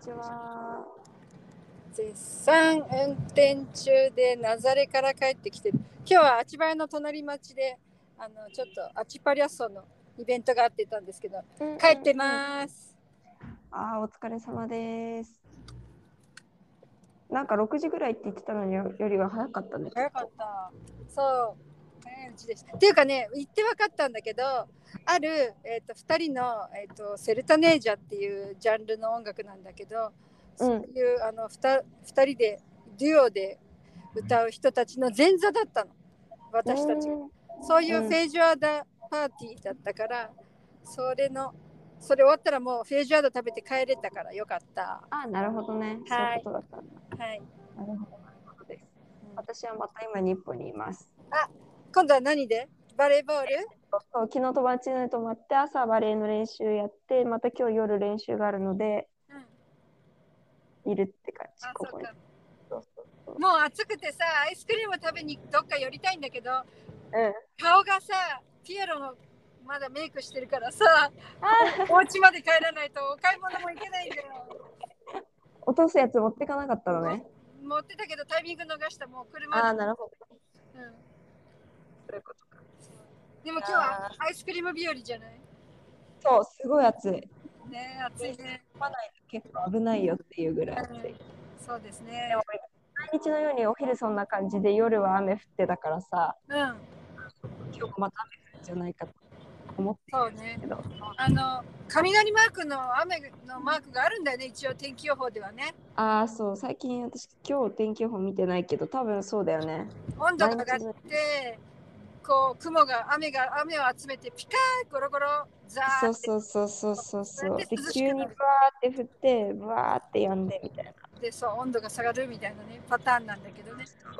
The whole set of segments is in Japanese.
ちは。 絶賛運転中でナザレから帰ってきてる。今日はあちばやの隣町でちょっとアチパリャッソのイベントがあってたんですけど、帰ってます。 お疲れ様です。なんか6時ぐらいって言ってたのによりは早かったね。 早かった。そう。うちでした。っていうかね、行って分かったんだけど、ある、2人の、セルタネージャっていうジャンルの音楽なんだけど、そういう2人でデュオで歌う人たちの前座だったの、私たち。そういうフェージュアーダパーティーだったから、それ終わったらもうフェージュアーダ食べて帰れたからよかった。 なるほどね。そういうことだったんだ。 はい。 なるほどです。私はまた今日本にいます。 今度は何で？バレーボール？ そう、昨日友達に泊まって朝バレーの練習やって、また今日夜練習があるので、いるって感じ。ここに。 もう暑くてさ、アイスクリーム食べにどっか寄りたいんだけど、顔がさ、ピエロのまだメイクしてるからさ、お家まで帰らないとお買い物も行けないんだよ。 落とすやつ持ってかなかったのね。 持ってたけどタイミング逃した。もう車で。 なるほど。 そういうことか。でも今日はアイスクリーム日和じゃない？ そう、すごい暑い。 ね、暑いね。 飲まないと結構危ないよっていうぐらい暑い。 そうですね。 でも毎日のようにお昼そんな感じで夜は雨降ってたからさ、今日もまた雨降るんじゃないかと思ってるんですけど、 雷マークの雨のマークがあるんだよね、一応天気予報ではね。 そう、最近私今日天気予報見てないけど多分そうだよね。 温度が上がってこう雨を集めてピカーゴロゴロザーって、 そうで急にバーって降ってバーってやんでみたいなで、そう温度が下がるみたいなねパターンなんだけどね。そう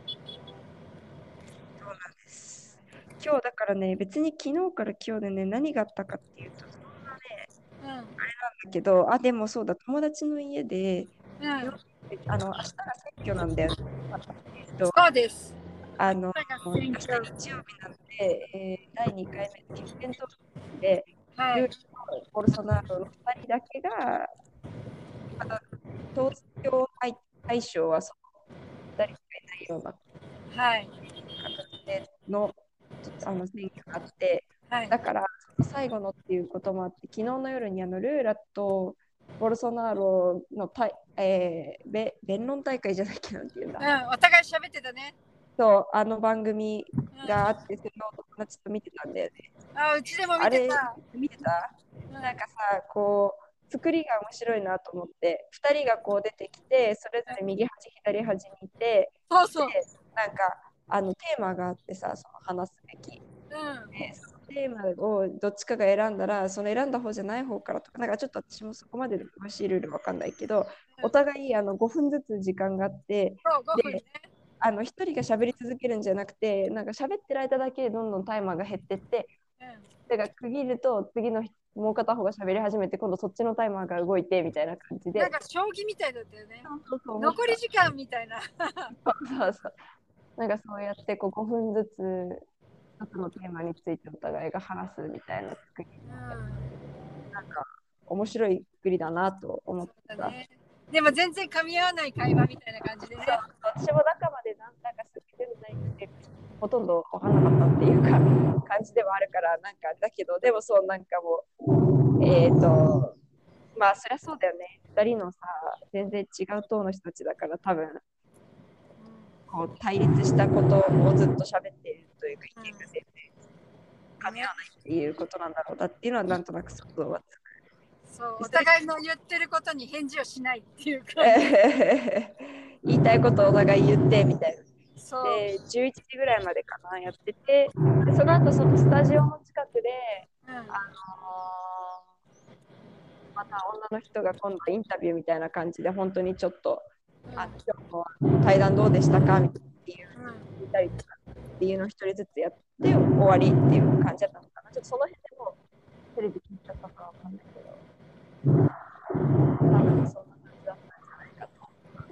なんです。今日だからね、別に昨日から今日でね何があったかっていうとそんなね、あれなんだけど、でもそうだ、友達の家で、明日が選挙なんだよ。 そうです。 明日日曜日なんで、第2回目の決選投票で、ルーラとボルソナロの2人だけが、まだ投票対象はその2人しかいないような形での選挙があって、だから最後のっていうこともあって、昨日の夜にルーラとボルソナロの弁論大会じゃないけどなんていうんだ。 お互い喋ってたね。 そう、番組があって、それを友達と見てたんだよね。 うちでも見てた。 見てた？なんかさ、こう、作りが面白いなと思って、2人がこう出てきて、それぞれ右端、左端にいて、で、なんか、テーマがあってさ、その話すべき。そのテーマをどっちかが選んだら、その選んだ方じゃない方からとか、なんかちょっと私もそこまで詳しいルールわかんないけど、お互い5分ずつ時間があって、で、1人が喋り続けるんじゃなくて、なんか喋ってる間だけでどんどんタイマーが減ってって、だから区切ると次のもう片方が喋り始めて、今度そっちのタイマーが動いてみたいな感じで。 なんか将棋みたいだったよね。残り時間みたいな。 そう。なんかそうやって5分ずつ一つのテーマについてお互いが話すみたいな作り。なんか面白い作りだなと思った。 でも全然噛み合わない会話みたいな感じでね。 私も中までなんかすぐでもないってほとんど分からなかったっていうか感じではあるから、なんかだけど、でもそうなんかもうまあそりゃそうだよね。2人のさ全然違う党の人たちだから、多分こう対立したことをずっと喋っているというか、意見が全然噛み合わないっていうことなんだろうなっていうのはなんとなく想像はつく。 そう、お互いの言ってることに返事をしないっていうか言いたいことをお互い言ってみたいな。で、11時ぐらいまでかなやってて、でその後そのスタジオの近くで、また女の人が今度インタビューみたいな感じで、本当にちょっと今日の対談どうでしたかっていう聞いたりとかっていうのを一人ずつやって終わりっていう感じだったのかな。ちょっとその辺でもテレビ聞いちゃったかわかんないけど、多分そんな感じだったんじゃないかと。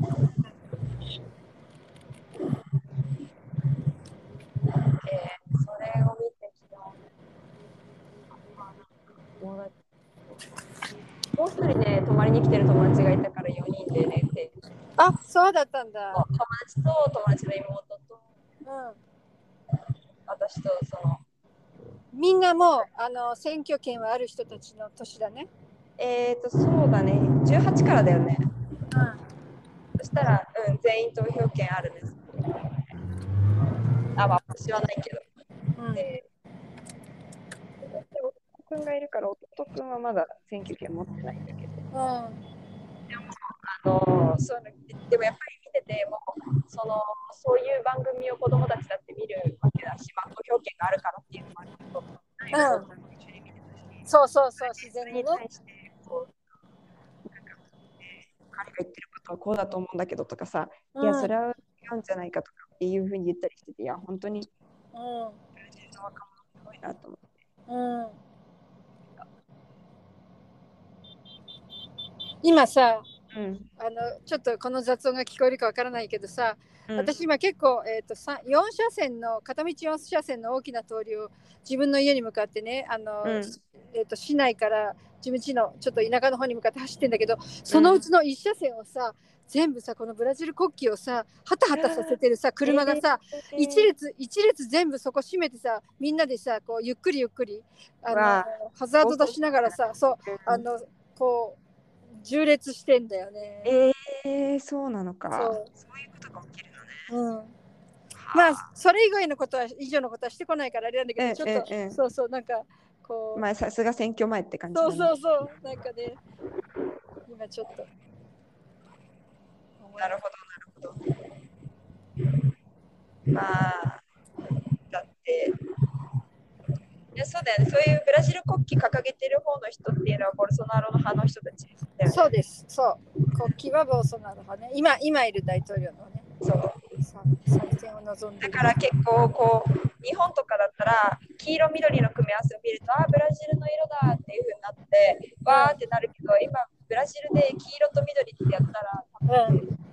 それを見てきたもう一人ね、友まりに来てる友達がいたから4人で寝て。 あ、そうだったんだ。 友達と友達の妹と、私とみんなもう選挙権はある人たちの年だね。 そうだね。18からだよね。そしたら、全員投票権あるんです。まあ、私はないけど。で、弟くんがいるから、弟くんはまだ選挙権持ってないんだけど。でもやっぱり見ててもそういう番組を子供たちだって見るわけだし、投票権があるからっていうのもあるけど、 そうそうそう、自然にね。 彼が言ってることはこうだと思うんだけどとかさ、いやそれは違うんじゃないかとかっていうふうに言ったりしてて、いや本当にブラジルの若者すごいなと思って。 今さ、ちょっとこの雑音が聞こえるかわからないけどさ、私今結構、4車線の片道4車線の大きな通りを自分の家に向かってね、市内から自分家のちょっと田舎の方に向かって走ってんだけど、そのうちの1車線をさ、全部さこのブラジル国旗をさハタハタさせてるさ車がさ、一列全部そこ閉めてさ、みんなでさこうゆっくりハザード出しながらさ、そうこう縦列してんだよね。 そうなのか。そういうことが起きるのね。 まあそれ以外のことは以上のことはしてこないからあれなんだけど、ちょっとそうそうなんかこう、 まあさすが選挙前って感じだね。そうなんかね、今ちょっとなるほど。まあだってそうだよね。そういうブラジル国旗掲げてる方の人っていうのはボルソナロの派の人たちだよね。 そうです。そう。国旗はボルソナロ派ね。今いる大統領のね。再選を望んでいる。 だから結構こう日本とかだったら黄色緑の組み合わせを見るとブラジルの色だっていう風になってわーってなるけど、今ブラジルで黄色と緑ってやったら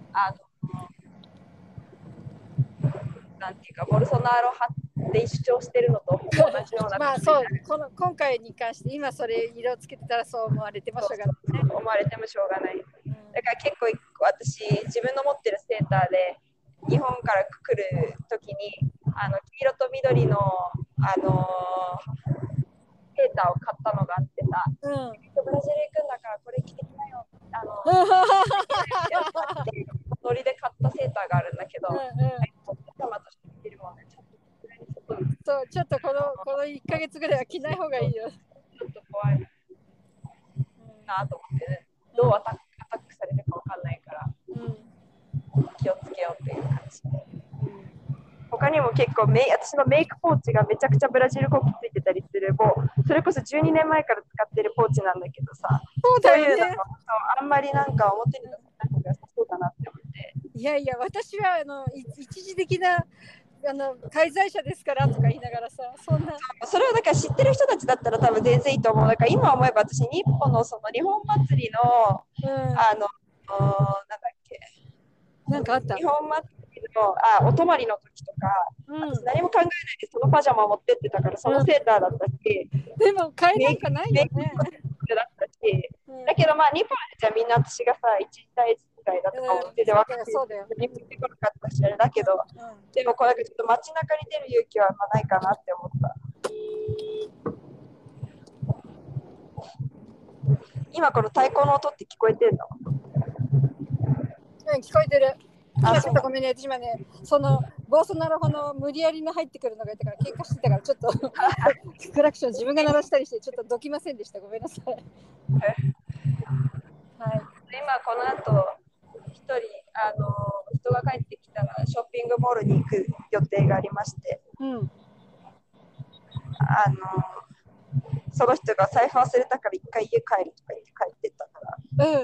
なんていうかボルソナロ派で主張してるのと同じようなまあそう今回に関して今それ色つけてたらそう思われてもしょうがない、 思われてもしょうがない。だから結構私自分の持ってるセーターで日本から来るときに黄色と緑のセーターを買ったのがあってさ、ブラジル行くんだからこれ着てきなよノリで買ったセーターがあるんだけど、 そうちょっとこの1ヶ月ぐらいは着ない方がいいよ。 ちょっと怖いなと思って、ね、どうアタックされるかわかんないから、気をつけようっていう感じ。他にも結構私のメイクポーチがめちゃくちゃブラジル国旗ついてたりする、もうそれこそ12年前から使ってるポーチなんだけどさ、 そういうのあんまりなんか表に出さない方が良さそうだなって思って。 いや私は一時的な介在者ですからとか言いながらさ、 それはだから知ってる人たちだったら多分全然いいと思う。だから今思えば私日本のその日本祭りの、なんだっけ、 なんかあった。 日本祭りのお泊まりの時とか、私何も考えないでそのパジャマ持ってってたからそのセーターだったし、 でも買えなんかないよね。 だったし、だけどまあ日本じゃみんな私がさ1対1だとかも手で分かって見てこなかったしあれだけど、でもこうなんかちょっと街中に出る勇気はないかなって思った。今この太鼓の音って聞こえてるの？ 聞こえてる。ちょっとごめんね、私今ね、そのボーソナロ派の無理やりの入ってくるのがいたから喧嘩してたからちょっとクラクション自分が鳴らしたりしてちょっとどきませんでした。ごめんなさい。はい。 今この後一人人が帰ってきたらショッピングモールに行く予定がありまして、その人が財布忘れたから一回家帰るとか言って帰ってったから、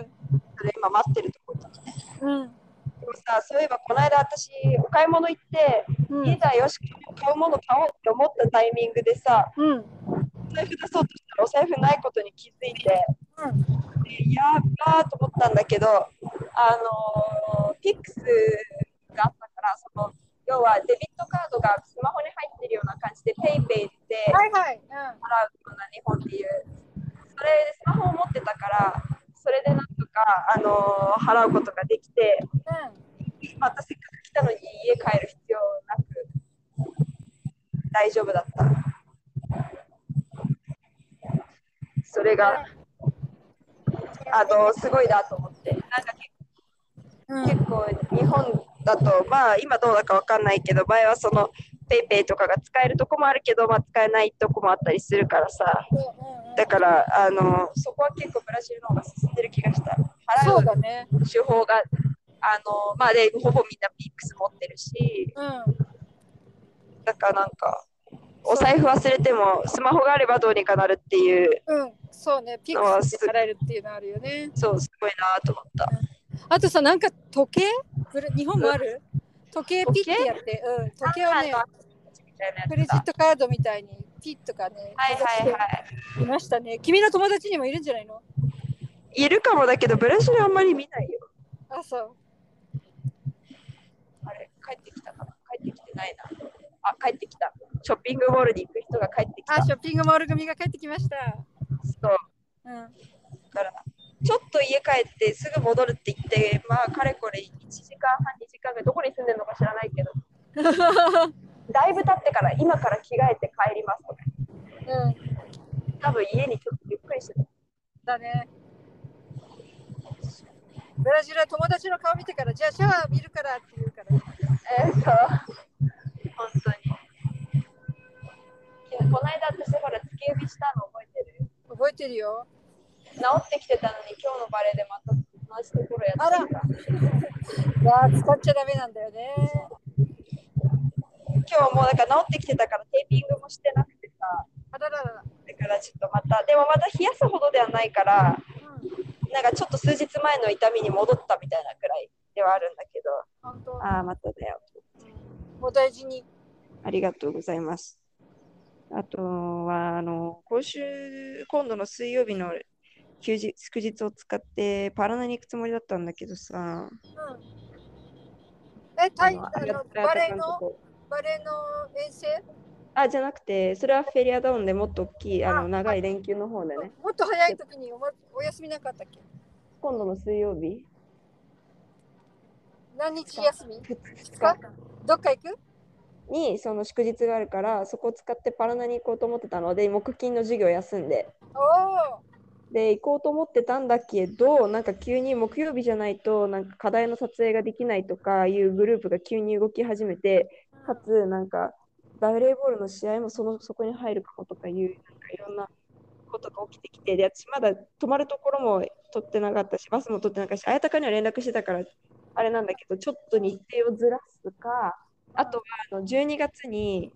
それ今待ってるところだね。でもさ、そういえばこの間私お買い物行って、いざよし買うもの買おうって思ったタイミングでさ、財布出そうとしたらお財布ないことに気づいて、やばーと思ったんだけど、ピックスがあったから、要はデビットカードがスマホに入ってるような感じで、ペイペイで払うような日本っていう、それでスマホを持ってたから、そそれでなんとか、払うことができて、またせっかく来たのに家帰る必要なく大丈夫だった。それが、すごいなと思って。なんか結構日本だと、まあ今どうだかわかんないけど、前はそのペイペイとかが使えるとこもあるけど、まあ、使えないとこもあったりするからさ。だからそこは結構ブラジルの方が進んでる気がした。払う手法が、まあでほぼみんなピックス持ってるし、だからなんかお財布忘れてもスマホがあればどうにかなるっていう。 そうね、ピックスで払えるっていうのあるよね。 そう、すごいなと思った。 あとさ、なんか時計日本もある、時計ピッてやって、時計をね、クレジットカードみたいにピッとかね、いましたね。君の友達にもいるんじゃないの？ いるかもだけど、ブラジルあんまり見ないよ。 あ、そう。 あれ、帰ってきたかな？帰ってきてないな。あ、帰ってきた。ショッピングモールに行く人が帰ってきた。 あ、ショッピングモール組が帰ってきました。 そう。だからちょっと家帰ってすぐ戻るって言って、まあかれこれ1時間半、2時間ぐらいどこに住んでるのか知らないけど、だいぶ経ってから今から着替えて帰りますとか。多分家にちょっとゆっくりしてた。 だね。ブラジルは友達の顔見てから、じゃあシャワー見るからって言うから。 本当に。この間私ほら突き指したの覚えてる？ 覚えてるよ。 治ってきてたのに今日のバレーでまた同じところやってた。あら使っちゃダメなんだよね。 今日もうだから治ってきてたからテーピングもしてなくてさ。だからちょっとまた、でもまた冷やすほどではないから、なんかちょっと数日前の痛みに戻ったみたいなくらいではあるんだけど。ああ、まただよ。 お大事に。 ありがとうございます。あとは、今度の水曜日の祝日を使ってパラナに行くつもりだったんだけどさ。 バレーの遠征？ じゃなくて、それはフェリアダウンでもっと大きい長い連休の方でね。 もっと早い時にお休みなかったっけ？ 今度の水曜日？ 何日休み？ 2日？ どっか行く？ にその祝日があるから、そこを使ってパラナに行こうと思ってたので、木金の授業休んで。で行こうと思ってたんだけど、なんか急に木曜日じゃないとなんか課題の撮影ができないとかいうグループが急に動き始めて、かつなんかバレーボールの試合もそこに入るかもとかいうなんかいろんなことが起きてきて、で私まだ泊まるところも取ってなかったし、バスも取ってなかったし、綾鷹には連絡してたからあれなんだけど、ちょっと日程をずらすか、あとは12月に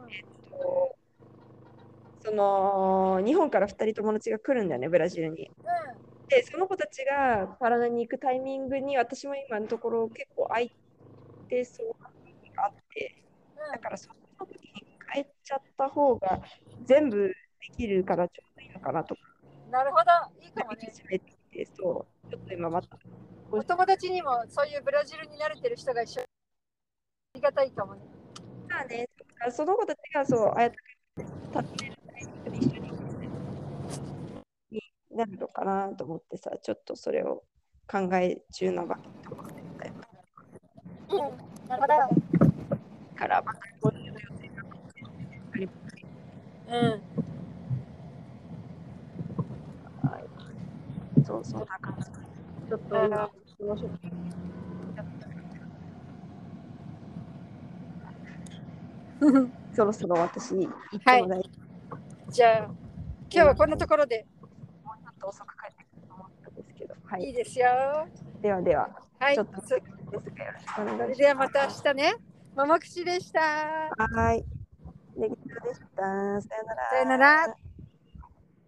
その日本から2人友達が来るんだよね、ブラジルに。で、その子たちがパラナに行くタイミングに私も今のところ結構空いてそうな雰囲気があって、だからその時に帰っちゃった方が全部できるからちょっといいのかなとか。 なるほど、いいかもね。 そう、ちょっと今また。 お友達にもそういうブラジルに慣れてる人が一緒にありがたいかもね。 まあね、その子たちがそう、あやたかに立ってるタイミングで一緒になるのかなと思ってさ、ちょっとそれを考え中な場合とかでたいなるほど。 からまた今週の予定があります。はい。そう、そんな感じ。ちょっと今、そのショッピングそろそろ私行っても大丈夫。 じゃあ今日はこんなところで。 もうちょっと遅く帰ってくると思ったんですけど、 いいですよ。 ではでは、 はい、 ちょっとですがよろしくお願いします。 ではまた明日ね。ももくしでした。 はい。ネギトでした。さよなら。 さよなら。